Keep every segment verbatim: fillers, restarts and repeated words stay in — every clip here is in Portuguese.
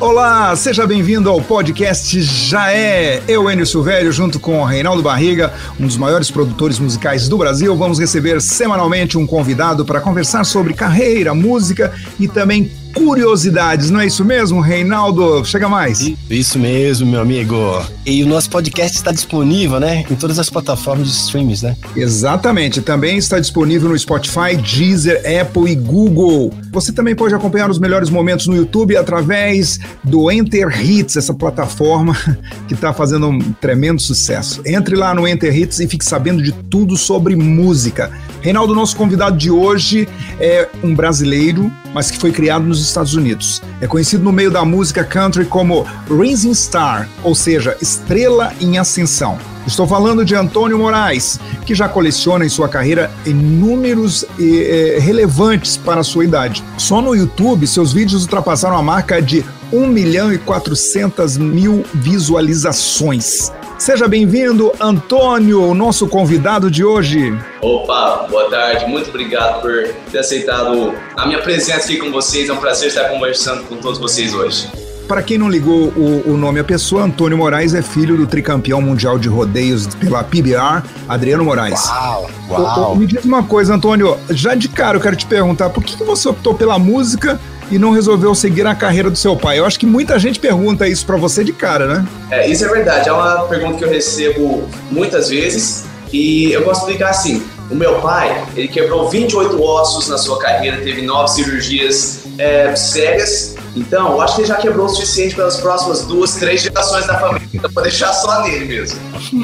Olá, seja bem-vindo ao podcast Já É. Eu, Enio Silvério, junto com o Reinaldo Barriga, um dos maiores produtores musicais do Brasil, vamos receber semanalmente um convidado para conversar sobre carreira, música e também curiosidades, não é isso mesmo, Reinaldo? Chega mais. Isso mesmo, meu amigo. E o nosso podcast está disponível, né, em todas as plataformas de streams, né? Exatamente. Também está disponível no Spotify, Deezer, Apple e Google. Você também pode acompanhar os melhores momentos no YouTube através do Enter Hits, essa plataforma que está fazendo um tremendo sucesso. Entre lá no Enter Hits e fique sabendo de tudo sobre música. Reinaldo, nosso convidado de hoje é um brasileiro, mas que foi criado nos Estados Unidos. É conhecido no meio da música country como Rising Star, ou seja, estrela em ascensão. Estou falando de Antônio Moraes, que já coleciona em sua carreira inúmeros e eh, relevantes para a sua idade. Só no YouTube, seus vídeos ultrapassaram a marca de um milhão e quatrocentas mil visualizações. Seja bem-vindo, Antônio, o nosso convidado de hoje. Opa, boa tarde, muito obrigado por ter aceitado a minha presença aqui com vocês. É um prazer estar conversando com todos vocês hoje. Para quem não ligou o, o nome à pessoa, Antônio Moraes é filho do tricampeão mundial de rodeios pela P B R, Adriano Moraes. Uau, uau. O, o, me diz uma coisa, Antônio, já de cara eu quero te perguntar, por que, que você optou pela música e não resolveu seguir a carreira do seu pai? Eu acho que muita gente pergunta isso pra você de cara, né? É, isso é verdade, é uma pergunta que eu recebo muitas vezes e eu posso explicar assim. O meu pai, ele quebrou vinte e oito ossos na sua carreira, teve nove cirurgias é, sérias. Então, eu acho que ele já quebrou o suficiente pelas próximas duas, três gerações da família. Então, vou deixar só nele mesmo.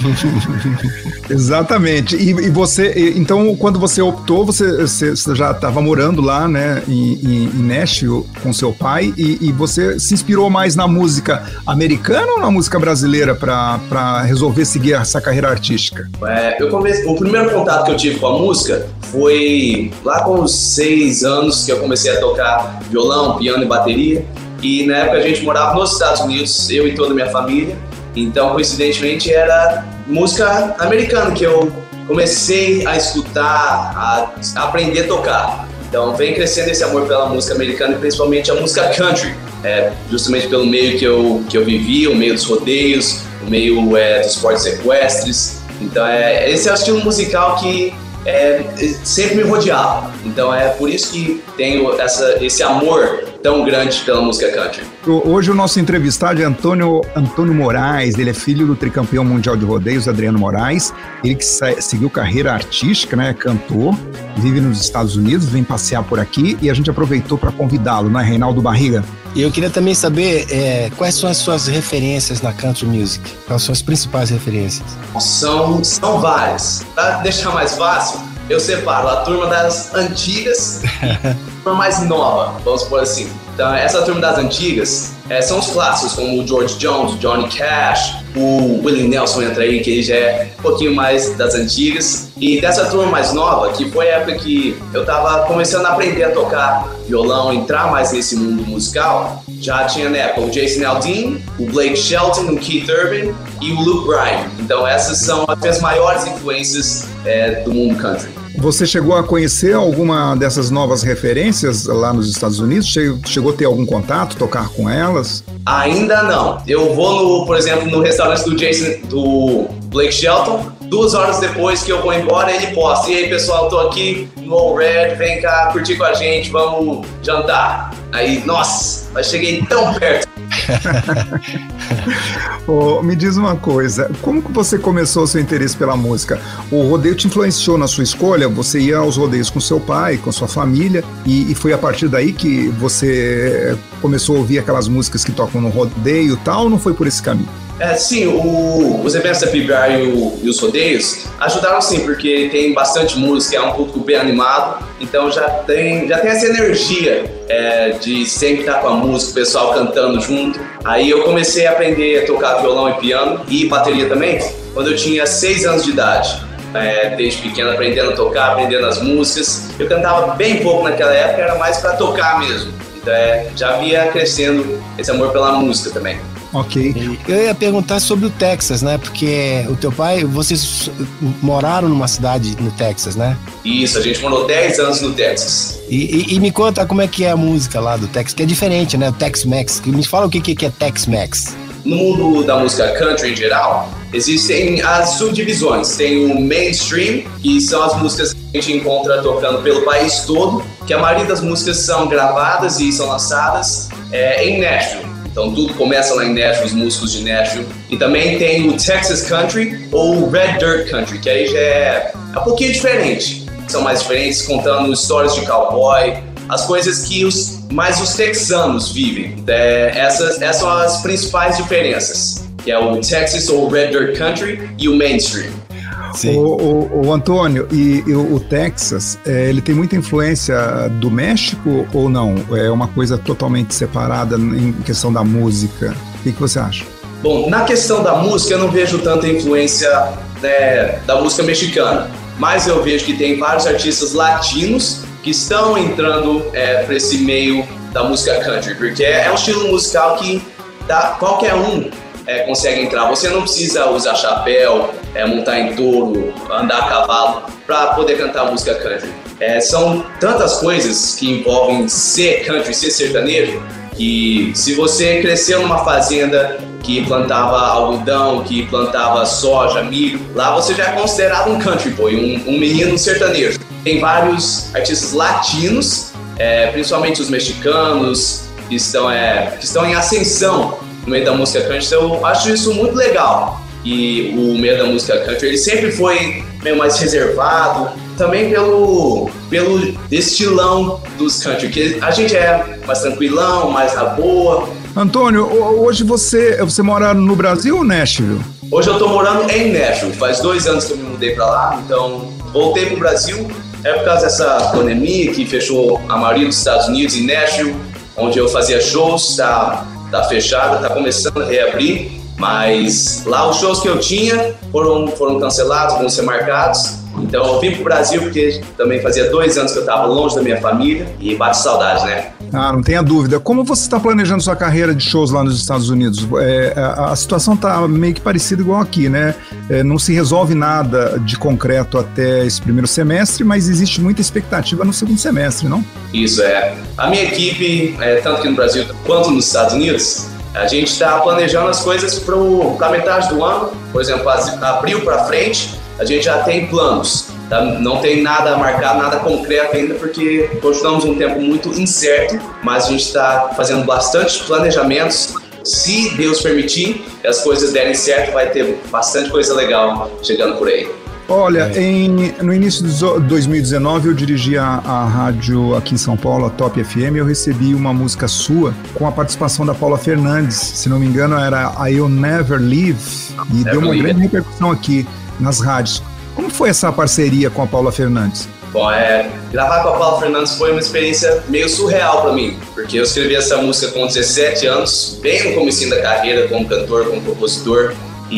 Exatamente. E, e você, então, quando você optou, você, você já estava morando lá, né, em, em Nashville com seu pai, e, e você se inspirou mais na música americana ou na música brasileira para resolver seguir essa carreira artística? É, eu comecei, o primeiro contato que eu tive com a música foi lá com os seis anos que eu comecei a tocar violão, piano e bateria. E na época a gente morava nos Estados Unidos, eu e toda a minha família. Então, coincidentemente, era música americana que eu comecei a escutar, a aprender a tocar. Então, vem crescendo esse amor pela música americana e principalmente a música country. É, justamente pelo meio que eu, que eu vivi, o meio dos rodeios, o meio é, dos esportes equestres. Então, é, esse é o estilo musical que é, sempre me rodeava. Então, é por isso que tenho essa, esse amor tão grande pela música country. Hoje o nosso entrevistado é Antônio, Antônio Moraes, ele é filho do tricampeão mundial de rodeios, Adriano Moraes, ele que seguiu carreira artística, né, cantor, vive nos Estados Unidos, vem passear por aqui e a gente aproveitou para convidá-lo, né, Reinaldo Barriga? E eu queria também saber é, quais são as suas referências na country music, quais são as principais referências? São, são várias. Para deixar mais fácil, eu separo a turma das antigas e a turma mais nova, vamos supor assim. Então, essa turma das antigas é, são os clássicos, como o George Jones, o Johnny Cash, o Willie Nelson entra aí, que ele já é um pouquinho mais das antigas. E dessa turma mais nova, que foi a época que eu tava começando a aprender a tocar violão, entrar mais nesse mundo musical, já tinha na época o Jason Aldean, o Blake Shelton, o Keith Urban e o Luke Bryan. Então essas são as minhas maiores influências é, do mundo country. Você chegou a conhecer alguma dessas novas referências lá nos Estados Unidos? Chegou a ter algum contato, tocar com elas? Ainda não. Eu vou, no, por exemplo, no restaurante do Jason, do Blake Shelton, duas horas depois que eu vou embora, ele posta. E aí, pessoal, tô aqui no All Red, vem cá curtir com a gente, vamos jantar. Aí, nossa, mas cheguei tão perto. Oh, me diz uma coisa, como que você começou o seu interesse pela música? O rodeio te influenciou na sua escolha? Você ia aos rodeios com seu pai, com sua família, e, e foi a partir daí que você começou a ouvir aquelas músicas que tocam no rodeio e tal, ou não foi por esse caminho? É, sim, o, os eventos da P B R e, o, e os rodeios ajudaram sim, porque tem bastante música, é um público bem animado, então já tem, já tem essa energia é, de sempre estar com a música, o pessoal cantando junto. Aí eu comecei a aprender a tocar violão e piano e bateria também quando eu tinha seis anos de idade. É, desde pequeno aprendendo a tocar, aprendendo as músicas. Eu cantava bem pouco naquela época, era mais para tocar mesmo. Então é, já via crescendo esse amor pela música também. Ok. Eu ia perguntar sobre o Texas, né? Porque o teu pai, vocês moraram numa cidade no Texas, né? Isso, a gente morou dez anos no Texas. E, e, e me conta como é que é a música lá do Texas, que é diferente, né? O Tex-Mex. Me fala o que, que é Tex-Mex. No mundo da música country em geral, existem as subdivisões. Tem o mainstream, que são as músicas que a gente encontra tocando pelo país todo, que a maioria das músicas são gravadas e são lançadas é, em Nashville. Então tudo começa lá em Nashville, os músicos de Nashville. E também tem o Texas Country ou Red Dirt Country, que aí já é um pouquinho diferente. São mais diferentes, contando histórias de cowboy, as coisas que os, mais os texanos vivem. É, essas, essas são as principais diferenças, que é o Texas ou Red Dirt Country e o mainstream. Sim. O, o, o Antônio, e, e o Texas, é, ele tem muita influência do México ou não? É uma coisa totalmente separada em questão da música? O que, que você acha? Bom, na questão da música, eu não vejo tanta influência, né, da música mexicana, mas eu vejo que tem vários artistas latinos que estão entrando é, para esse meio da música country, porque é um estilo musical que dá, qualquer um É, consegue entrar. Você não precisa usar chapéu, é, montar em touro, andar a cavalo para poder cantar música country. É, são tantas coisas que envolvem ser country, ser sertanejo, que se você cresceu numa fazenda que plantava algodão, que plantava soja, milho, lá você já é considerado um country boy, um, um menino sertanejo. Tem vários artistas latinos, é, principalmente os mexicanos, que estão, é, que estão em ascensão no meio da música country. Então eu acho isso muito legal. E o meio da música country, ele sempre foi meio mais reservado, também pelo, pelo estilão dos country, que a gente é mais tranquilão, mais na boa. Antônio, hoje você, você mora no Brasil ou Nashville? Hoje eu tô morando em Nashville, faz dois anos que eu me mudei pra lá, então voltei pro Brasil. É por causa dessa pandemia que fechou a maioria dos Estados Unidos, em Nashville, onde eu fazia shows, tá, tá fechada, tá começando a reabrir, mas lá os shows que eu tinha foram, foram cancelados, vão ser marcados. Então eu vim pro Brasil porque também fazia dois anos que eu tava longe da minha família e bate saudade, né? Ah, não tenha dúvida. Como você está planejando sua carreira de shows lá nos Estados Unidos? É, a, a situação tá meio que parecida igual aqui, né? É, não se resolve nada de concreto até esse primeiro semestre, mas existe muita expectativa no segundo semestre, não? Isso, é. A minha equipe, é, tanto aqui no Brasil quanto nos Estados Unidos, a gente está planejando as coisas para a metade do ano. Por exemplo, abril para frente, a gente já tem planos. Tá? Não tem nada marcado, nada concreto ainda, porque continuamos um tempo muito incerto, mas a gente está fazendo bastante planejamentos. Se Deus permitir que as coisas derem certo, vai ter bastante coisa legal chegando por aí. Olha, em, no início de dois mil e dezenove eu dirigi a, a rádio aqui em São Paulo, a Top F M, e eu recebi uma música sua com a participação da Paula Fernandes, se não me engano era I'll Never Leave, e Never deu uma grande repercussão aqui nas rádios. Como foi essa parceria com a Paula Fernandes? Bom, é, gravar com a Paula Fernandes foi uma experiência meio surreal para mim, porque eu escrevi essa música com dezessete anos, bem no comecinho da carreira como cantor, como compositor,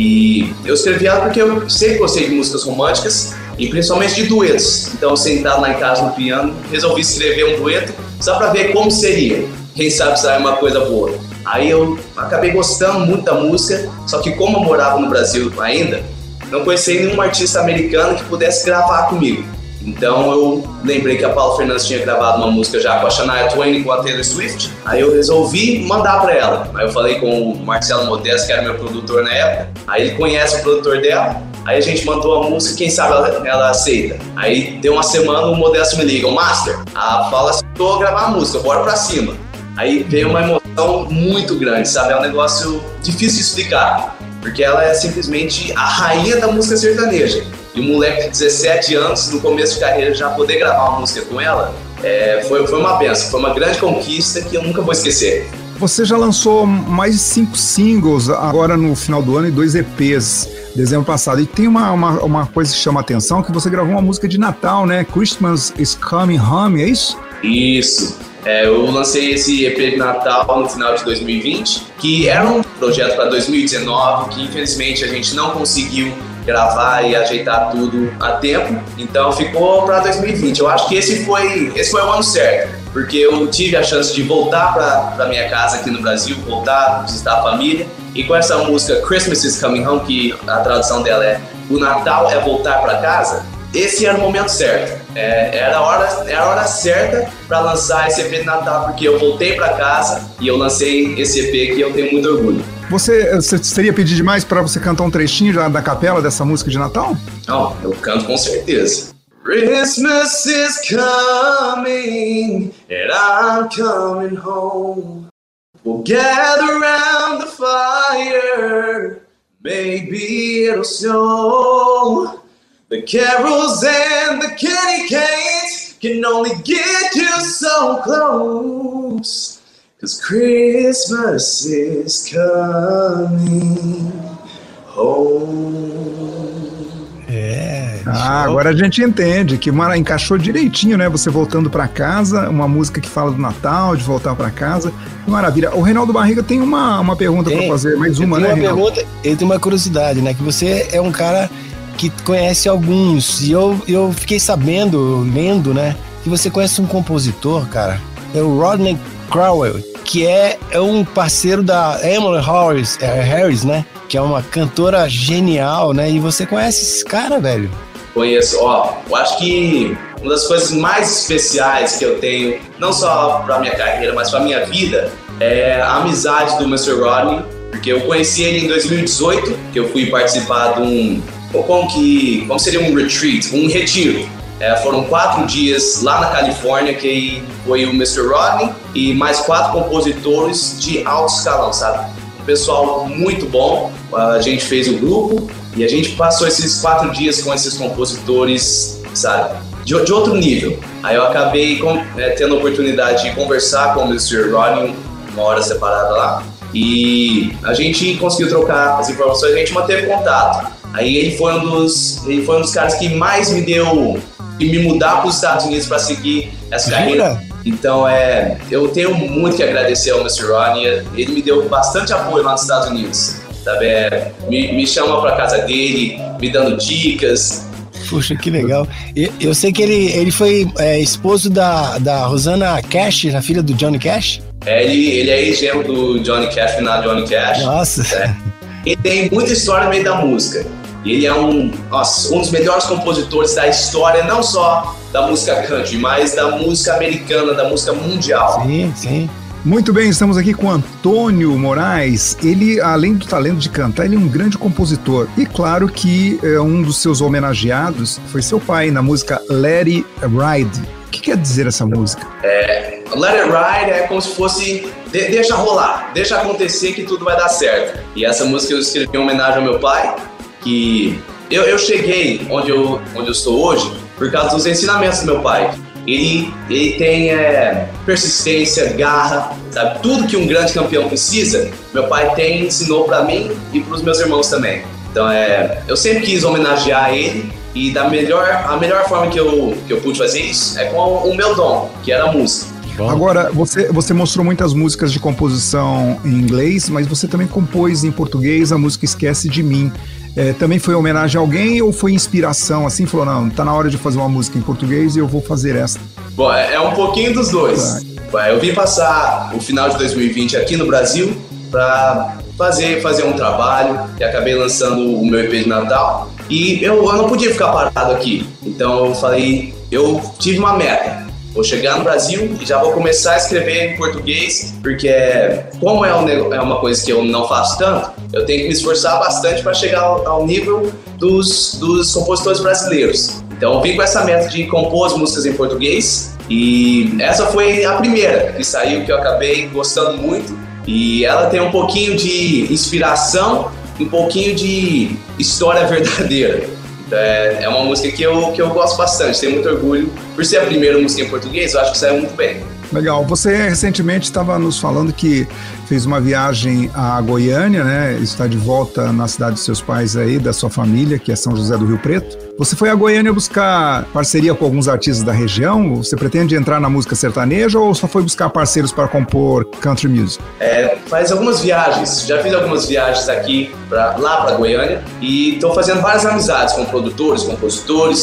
e eu escrevi ela porque eu sempre gostei de músicas românticas e principalmente de duetos. Então, sentado lá em casa no piano, resolvi escrever um dueto só para ver como seria. Quem sabe sair uma coisa boa. Aí eu acabei gostando muito da música, só que como eu morava no Brasil ainda, não conheci nenhum artista americano que pudesse gravar comigo. Então eu lembrei que a Paula Fernandes tinha gravado uma música já com a Shania Twain e com a Taylor Swift. Aí eu resolvi mandar pra ela. Aí eu falei com o Marcelo Modesto, que era meu produtor na época. Aí ele conhece o produtor dela. Aí a gente mandou a música, quem sabe ela, ela aceita. Aí deu uma semana, o Modesto me liga: o Master, a Paula aceitou gravar a música, bora pra cima. Aí veio uma emoção muito grande, sabe? É um negócio difícil de explicar, porque ela é simplesmente a rainha da música sertaneja. E um moleque de dezessete anos, no começo de carreira, já poder gravar uma música com ela, é, foi, foi uma benção, foi uma grande conquista que eu nunca vou esquecer. Você já lançou mais de cinco singles agora no final do ano e dois E Ps, dezembro passado. E tem uma, uma, uma coisa que chama a atenção, que você gravou uma música de Natal, né? Christmas is Coming Home, é isso? Isso. É, eu lancei esse E P de Natal no final de dois mil e vinte, que era um projeto para dois mil e dezenove, que infelizmente a gente não conseguiu gravar e ajeitar tudo a tempo, então ficou para dois mil e vinte. Eu acho que esse foi, esse foi o ano certo, porque eu tive a chance de voltar para minha casa aqui no Brasil, voltar, visitar a família, e com essa música Christmas is Coming Home, que a tradução dela é O Natal é Voltar para Casa, esse era o momento certo. É, era, a hora, era a hora certa para lançar esse E P de Natal, porque eu voltei para casa e eu lancei esse E P que eu tenho muito orgulho. Você, você teria pedido demais para você cantar um trechinho já da capela dessa música de Natal? Não, eu canto com certeza. Christmas is coming and I'm coming home. We'll gather around the fire, maybe it'll snow. The carols and the candy canes can only get you so close, 'cause Christmas is coming home. É. Ah, agora a gente entende que Mara encaixou direitinho, né? Você voltando para casa, uma música que fala do Natal, de voltar para casa. Que maravilha. O Reinaldo Barriga tem uma, uma pergunta para fazer, mais uma, né, uma Reinaldo? pergunta, ele tem uma curiosidade, né? Que você é um cara que conhece alguns, e eu, eu fiquei sabendo, lendo, né? Que você conhece um compositor, cara, é o Rodney Crowell, que é, é um parceiro da Emily Harris, é, Harris, né? Que é uma cantora genial, né? E você conhece esse cara, velho? Conheço, ó, eu acho que uma das coisas mais especiais que eu tenho, não só pra minha carreira, mas pra minha vida, é a amizade do mister Rodney, porque eu conheci ele em dois mil e dezoito, que eu fui participar de um, como que, como seria um retreat, um retiro. É, foram quatro dias lá na Califórnia, que foi o mister Rodney e mais quatro compositores de alto escalão, sabe? Um pessoal muito bom, a gente fez o grupo e a gente passou esses quatro dias com esses compositores, sabe? De, de outro nível. Aí eu acabei com, é, tendo a oportunidade de conversar com o mister Rodney uma hora separada lá e a gente conseguiu trocar as informações, a gente manteve contato. Aí ele foi um dos, ele foi um dos caras que mais me deu e me mudar para os Estados Unidos para seguir essa carreira. Então, é, eu tenho muito que agradecer ao mister Rodney. Ele me deu bastante apoio lá nos Estados Unidos. Sabe? É, me, me chama para casa dele, me dando dicas. Puxa, que legal. Eu, eu sei que ele, ele foi é, esposo da, da Rosanna Cash, a filha do Johnny Cash. É, ele, ele é ex-genro do Johnny Cash, final Johnny Cash. Nossa. É. Ele tem muita história no meio da música. Ele é um, nossa, um dos melhores compositores da história, não só da música country, mas da música americana, da música mundial. Sim, sim. Muito bem, estamos aqui com Antônio Moraes. Ele, além do talento de cantar, ele é um grande compositor. E claro que é, um dos seus homenageados foi seu pai na música Let It Ride. O que quer dizer essa música? É, Let It Ride é como se fosse de, deixa rolar, deixa acontecer que tudo vai dar certo. E essa música eu escrevi em homenagem ao meu pai, que eu, eu cheguei onde eu, onde eu estou hoje por causa dos ensinamentos do meu pai. Ele, ele tem é, persistência, garra, sabe? Tudo que um grande campeão precisa, meu pai tem, ensinou para mim e para os meus irmãos também. Então, é, eu sempre quis homenagear ele e da melhor, a melhor forma que eu, que eu pude fazer isso é com o meu dom, que era a música. Agora, você, você mostrou muitas músicas de composição em inglês, mas você também compôs em português a música Esquece de Mim. É, também foi homenagem a alguém ou foi inspiração, assim, falou, não, tá na hora de fazer uma música em português e eu vou fazer essa? Bom, é, é um pouquinho dos dois. Tá. Eu vim passar o final de dois mil e vinte aqui no Brasil para fazer, fazer um trabalho e acabei lançando o meu E P de Natal e eu, eu não podia ficar parado aqui, então eu falei, eu tive uma meta. Vou chegar no Brasil e já vou começar a escrever em português, porque como é, um, é uma coisa que eu não faço tanto, eu tenho que me esforçar bastante para chegar ao, ao nível dos, dos compositores brasileiros. Então eu vim com essa meta de compor as músicas em português e essa foi a primeira que saiu, que eu acabei gostando muito e ela tem um pouquinho de inspiração, um pouquinho de história verdadeira. É, é uma música que eu, que eu gosto bastante, tenho muito orgulho. Por ser a primeira música em português, eu acho que saiu muito bem. Legal. Você recentemente estava nos falando que fez uma viagem a Goiânia, né? Está de volta na cidade dos seus pais aí, da sua família, que é São José do Rio Preto. Você foi a Goiânia buscar parceria com alguns artistas da região? Você pretende entrar na música sertaneja ou só foi buscar parceiros para compor country music? É, faz algumas viagens. Já fiz algumas viagens aqui, pra, lá para Goiânia, e estou fazendo várias amizades com produtores, compositores,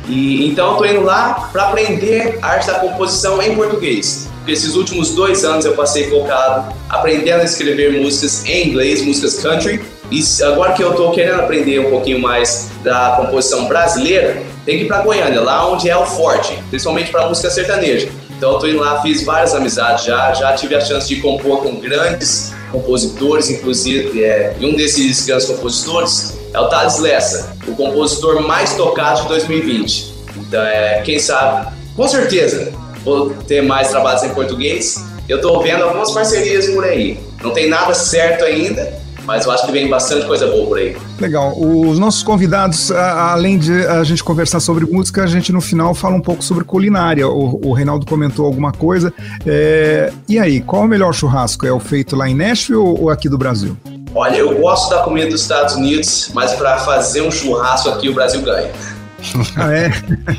E então eu tô indo lá para aprender a arte da composição em português. Porque esses últimos dois anos eu passei focado aprendendo a escrever músicas em inglês, músicas country. E agora que eu tô querendo aprender um pouquinho mais da composição brasileira, tem que ir para Goiânia, lá onde é o forte, principalmente para música sertaneja. Então eu tô indo lá, fiz várias amizades já, já tive a chance de compor com grandes compositores, inclusive, é, e um desses grandes compositores é o Thales Lessa, o compositor mais tocado de dois mil e vinte. Então, é, quem sabe, com certeza, vou ter mais trabalhos em português. Eu tô vendo algumas parcerias por aí. Não tem nada certo ainda, mas eu acho que vem bastante coisa boa por aí. Legal. Os nossos convidados, além de a gente conversar sobre música, a gente no final fala um pouco sobre culinária. O, o Reinaldo comentou alguma coisa. É, e aí, qual é o melhor churrasco? É o feito lá em Nashville ou aqui do Brasil? Olha, eu gosto da comida dos Estados Unidos, mas para fazer um churrasco aqui o Brasil ganha. Ah, é?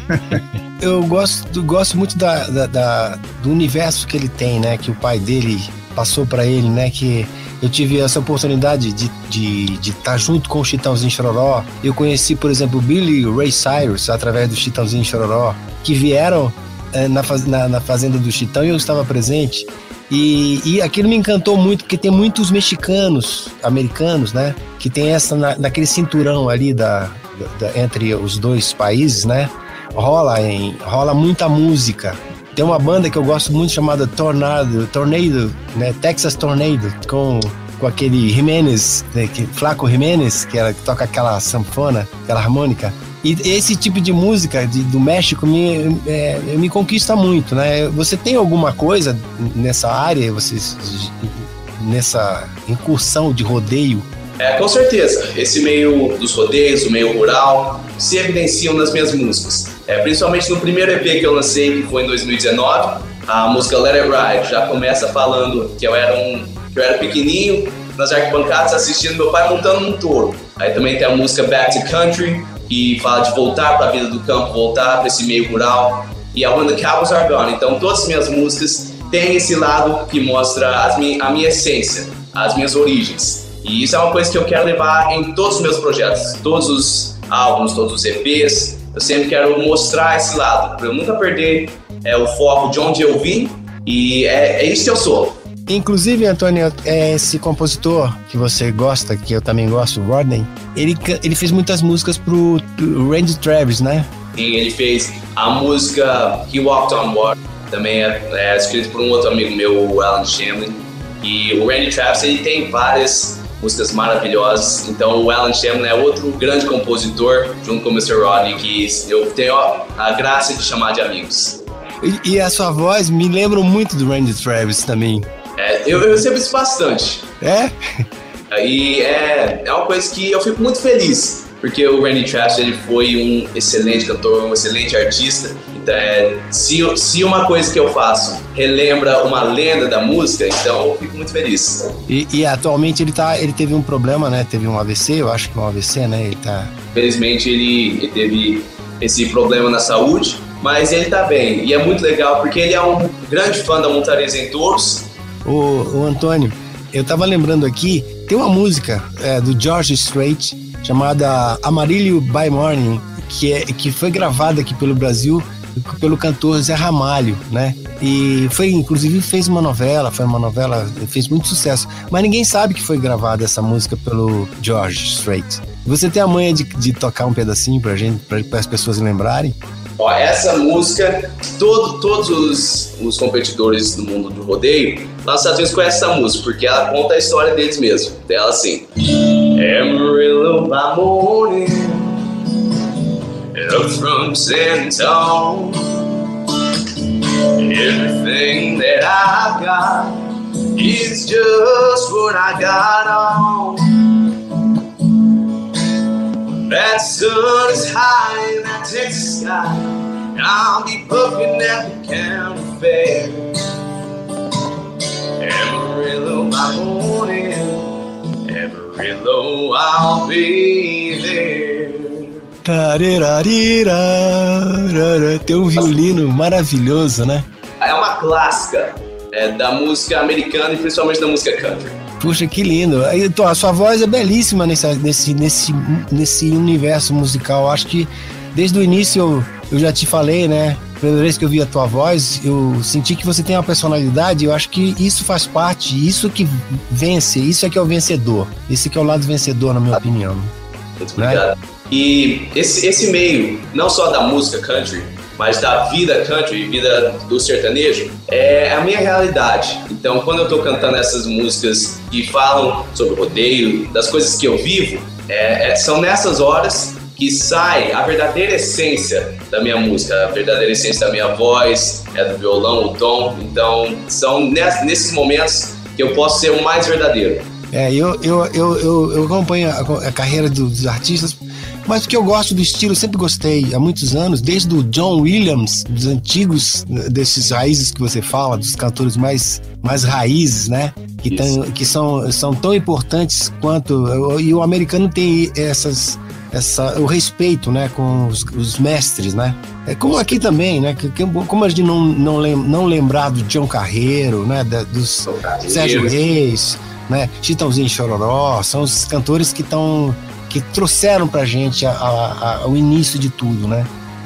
Eu gosto, gosto muito da, da, da, do universo que ele tem, né? Que o pai dele passou para ele, né? Que eu tive essa oportunidade de estar de, de tá junto com o Chitãozinho Chororó. Eu conheci, por exemplo, o Billy Ray Cyrus através do Chitãozinho Chororó, que vieram é, na, na, na fazenda do Chitão e eu estava presente. E, e aquilo me encantou muito, porque tem muitos mexicanos, americanos, né? Que tem essa, na, naquele cinturão ali da, da, entre os dois países, né? Rola, em, rola muita música. Tem uma banda que eu gosto muito chamada Tornado, Tornado, né? Texas Tornado, com, com aquele Jimenez, né? que, Flaco Jimenez, que, era, que toca aquela sanfona, aquela harmônica. E esse tipo de música de, do México me, é, me conquista muito, né? Você tem alguma coisa nessa área, você, nessa incursão de rodeio? É, com certeza. Esse meio dos rodeios, o meio rural, se evidenciam nas minhas músicas. É, principalmente no primeiro E P que eu lancei, que foi em dois mil e dezenove, a música Let It Ride já começa falando que eu era, um, que eu era pequenininho, nas arquibancadas assistindo meu pai montando um touro. Aí também tem a música Back to Country, que fala de voltar para a vida do campo, voltar para esse meio rural. E a When the Cowboys Are Gone. Então todas as minhas músicas têm esse lado que mostra as mi- a minha essência, as minhas origens. E isso é uma coisa que eu quero levar em todos os meus projetos, todos os álbuns, todos os E Pês. Eu sempre quero mostrar esse lado, para eu nunca perder é, o foco de onde eu vim, e é, é isso que eu sou. Inclusive, Antônio, esse compositor que você gosta, que eu também gosto, o Rodney, ele, ele fez muitas músicas pro, pro Randy Travis, né? Sim, ele fez a música He Walked on Water, também é, é escrito por um outro amigo meu, o Alan Shamlin. E o Randy Travis, ele tem várias músicas maravilhosas. Então o Alan Shamlin é outro grande compositor, junto com o mister Rodney, que eu tenho a graça de chamar de amigos. E, e a sua voz me lembra muito do Randy Travis também. É, eu, eu recebo isso bastante. É? E é, é uma coisa que eu fico muito feliz, porque o Randy Travis, ele foi um excelente cantor, um excelente artista. Então, é, se, se uma coisa que eu faço relembra uma lenda da música, então eu fico muito feliz. E, e atualmente ele, tá, ele teve um problema, né? Teve um A V C, eu acho que um A V C, né? Ele tá... Felizmente ele, ele teve esse problema na saúde, mas ele tá bem. E é muito legal, porque ele é um grande fã da Montaria em Touros. O, o Antônio, eu tava lembrando aqui, tem uma música é, do George Strait chamada Amarillo by Morning, que, é, que foi gravada aqui pelo Brasil pelo cantor Zé Ramalho, né? E foi, inclusive, fez uma novela, foi uma novela, fez muito sucesso. Mas ninguém sabe que foi gravada essa música pelo George Strait. Você tem a manha de, de tocar um pedacinho pra gente, para as pessoas lembrarem? Ó, essa música, todo, todos os, os competidores do mundo do rodeio, lá nos Estados Unidos conhecem essa música, porque ela conta a história deles mesmo. Dela assim: Amarillo by morning, up from San Antonio, everything that I've got is just what I got on. That sun is high in that Texas sky, and I'll be puffing at the county fair. Amarillo by morning, Amarillo, I'll be there. Tem um violino maravilhoso, né? É uma clássica é, da música americana e principalmente da música country. Puxa, que lindo. Então, a sua voz é belíssima nesse, nesse, nesse, nesse universo musical. Acho que desde o início eu, eu já te falei, né? Primeira vez que eu vi a tua voz, eu senti que você tem uma personalidade, eu acho que isso faz parte, isso que vence, isso é que é o vencedor. Esse que é o lado vencedor, na minha opinião. Muito obrigado. Né? E esse, esse meio, não só da música country, mas da vida country, vida do sertanejo, é a minha realidade. Então, quando eu tô cantando essas músicas que falam sobre o rodeio, das coisas que eu vivo, é, é, são nessas horas que sai a verdadeira essência da minha música, a verdadeira essência da minha voz, é do violão, o tom. Então, são nesses momentos que eu posso ser o mais verdadeiro. É, eu, eu, eu, eu, eu acompanho a, a carreira dos artistas, mas porque eu gosto do estilo, sempre gostei há muitos anos, desde o John Williams, dos antigos, desses raízes que você fala, dos cantores mais, mais raízes, né? Que, tem, que são, são tão importantes quanto... E o americano tem essas... Essa, o respeito, né, com os, os mestres, né? É como aqui também, né? Que, que, como a gente não, não, lem, não lembrar do Tião Carreiro, né? Da, dos Sérgio Reis, né? Chitãozinho e Chororó, são os cantores que estão que trouxeram pra gente a, a, a, o início de tudo, né?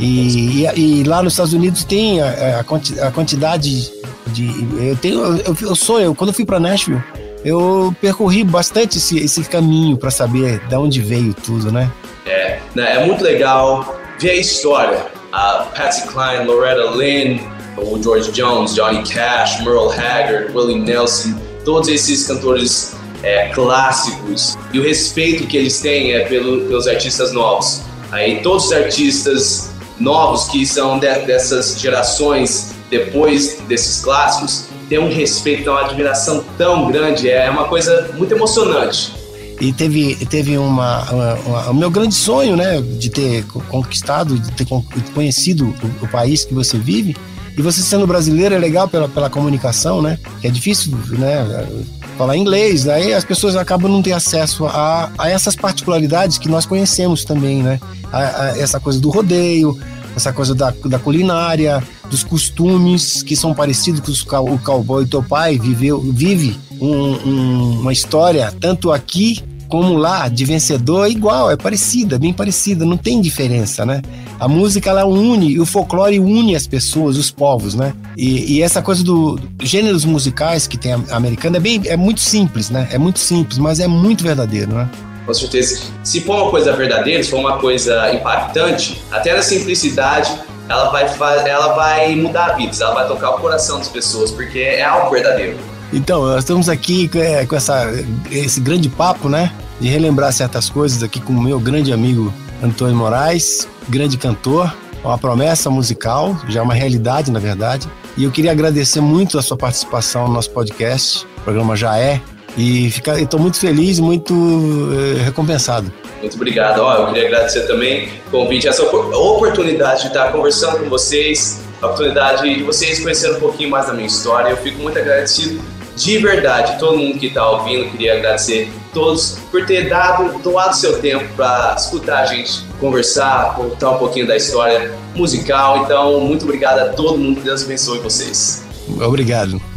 E, e, e lá nos Estados Unidos tem a, a, quanti, a quantidade de... Eu tenho, eu, eu sou, eu, quando eu fui pra Nashville, eu percorri bastante esse, esse caminho para saber de onde veio tudo, né? É, né, é muito legal ver a história. A Patsy Cline, Loretta Lynn, o George Jones, Johnny Cash, Merle Haggard, Willie Nelson, todos esses cantores é, clássicos, e o respeito que eles têm é pelo, pelos artistas novos. Aí todos os artistas novos que são de, dessas gerações depois desses clássicos têm um respeito, uma admiração tão grande, é uma coisa muito emocionante. E teve, teve uma, uma, uma, o meu grande sonho, né, de ter conquistado, de ter conhecido o, o país que você vive. E você sendo brasileiro é legal pela, pela comunicação, né, que é difícil, né, falar inglês. Aí as pessoas acabam não tendo acesso a, a essas particularidades que nós conhecemos também, né, a, a essa coisa do rodeio, essa coisa da, da culinária, dos costumes que são parecidos com os, o cowboy. Teu pai viveu, vive um, um, uma história, tanto aqui como lá, de vencedor, é igual, é parecida, bem parecida, não tem diferença, né? A música, ela une, o folclore une as pessoas, os povos, né? E, e essa coisa do, do gêneros musicais que tem a, a americana é, bem, é muito simples, né? É muito simples, mas é muito verdadeiro, né? Com certeza. Se for uma coisa verdadeira, se for uma coisa impactante, até na simplicidade, ela vai, ela vai mudar vidas, ela vai tocar o coração das pessoas, porque é algo verdadeiro. Então, nós estamos aqui é, com essa, esse grande papo, né? De relembrar certas coisas aqui com o meu grande amigo Antônio Moraes, grande cantor, uma promessa musical, já uma realidade, na verdade. E eu queria agradecer muito a sua participação no nosso podcast, o programa Já É, e estou muito feliz e muito é, recompensado. Muito obrigado. Ó, eu queria agradecer também o convite, essa oportunidade de estar conversando com vocês, a oportunidade de vocês conhecerem um pouquinho mais da minha história. Eu fico muito agradecido, de verdade, todo mundo que está ouvindo. Queria agradecer a todos por ter dado, doado seu tempo para escutar a gente conversar, contar um pouquinho da história musical. Então, muito obrigado a todo mundo. Deus abençoe vocês. Obrigado.